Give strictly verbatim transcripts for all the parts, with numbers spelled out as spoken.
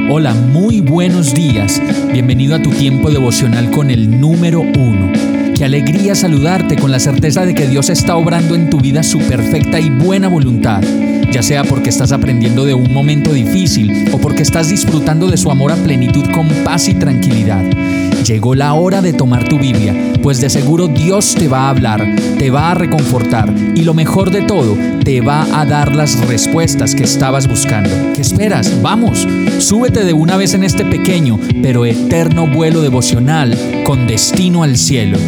Hola, muy buenos días. Bienvenido a tu tiempo devocional con el número uno. Qué alegría saludarte con la certeza de que Dios está obrando en tu vida su perfecta y buena voluntad, ya sea porque estás aprendiendo de un momento difícil o porque estás disfrutando de su amor a plenitud con paz y tranquilidad. Llegó la hora de tomar tu Biblia, pues de seguro Dios te va a hablar, te va a reconfortar y lo mejor de todo, te va a dar las respuestas que estabas buscando. ¿Qué esperas? ¡Vamos! Súbete de una vez en este pequeño pero eterno vuelo devocional con destino al cielo.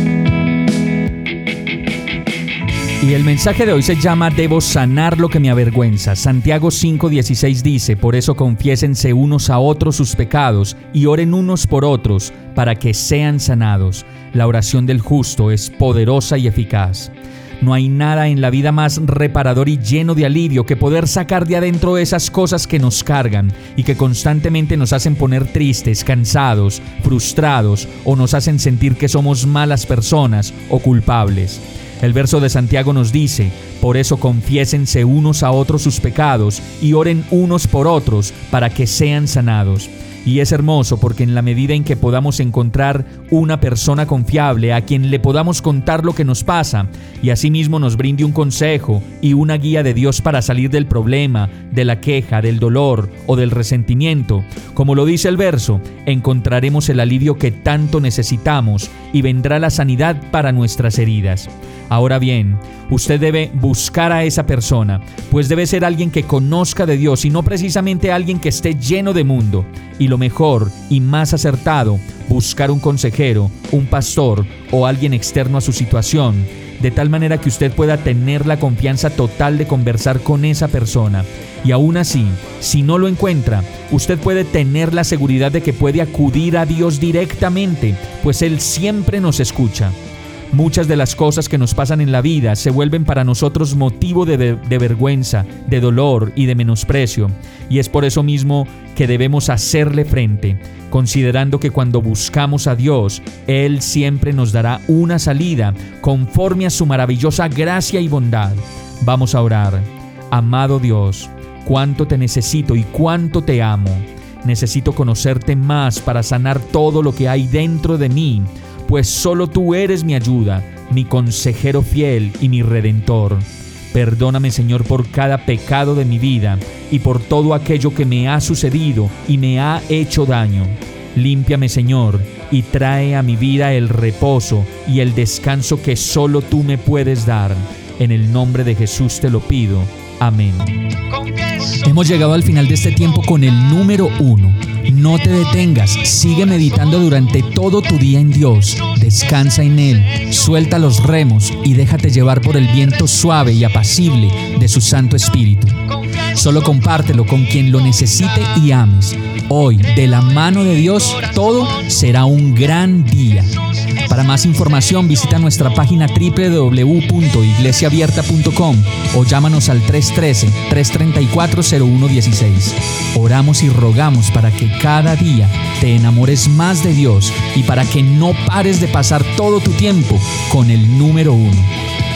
Y el mensaje de hoy se llama Debo sanar lo que me avergüenza. Santiago cinco dieciséis dice: por eso confiésense unos a otros sus pecados y oren unos por otros para que sean sanados. La oración del justo es poderosa y eficaz. No hay nada en la vida más reparador y lleno de alivio que poder sacar de adentro esas cosas que nos cargan y que constantemente nos hacen poner tristes, cansados, frustrados o nos hacen sentir que somos malas personas o culpables. El verso de Santiago nos dice: por eso confiésense unos a otros sus pecados y oren unos por otros para que sean sanados. Y es hermoso porque en la medida en que podamos encontrar una persona confiable a quien le podamos contar lo que nos pasa y asimismo nos brinde un consejo y una guía de Dios para salir del problema, de la queja, del dolor o del resentimiento, como lo dice el verso, encontraremos el alivio que tanto necesitamos y vendrá la sanidad para nuestras heridas. Ahora bien, usted debe buscar a esa persona, pues debe ser alguien que conozca de Dios y no precisamente alguien que esté lleno de mundo. Y lo mejor y más acertado, buscar un consejero, un pastor o alguien externo a su situación, de tal manera que usted pueda tener la confianza total de conversar con esa persona. Y aún así, si no lo encuentra, usted puede tener la seguridad de que puede acudir a Dios directamente, pues Él siempre nos escucha. Muchas de las cosas que nos pasan en la vida se vuelven para nosotros motivo de, de, de vergüenza, de dolor y de menosprecio. Y es por eso mismo que debemos hacerle frente, considerando que cuando buscamos a Dios, Él siempre nos dará una salida conforme a su maravillosa gracia y bondad. Vamos a orar. Amado Dios, cuánto te necesito y cuánto te amo. Necesito conocerte más para sanar todo lo que hay dentro de mí, pues solo tú eres mi ayuda, mi consejero fiel y mi redentor. Perdóname, Señor, por cada pecado de mi vida y por todo aquello que me ha sucedido y me ha hecho daño. Límpiame, Señor, y trae a mi vida el reposo y el descanso que solo tú me puedes dar. En el nombre de Jesús te lo pido. Amén. Hemos llegado al final de este tiempo con el número uno. No te detengas, sigue meditando durante todo tu día en Dios. Descansa en Él, suelta los remos y déjate llevar por el viento suave y apacible de su Santo Espíritu. Solo compártelo con quien lo necesite y ames. Hoy, de la mano de Dios, todo será un gran día. Para más información, visita nuestra página doble u doble u doble u punto iglesia abierta punto com o llámanos al tres uno tres, tres tres cuatro, cero uno uno seis. Oramos y rogamos para que cada día te enamores más de Dios y para que no pares de pasar todo tu tiempo con el número uno.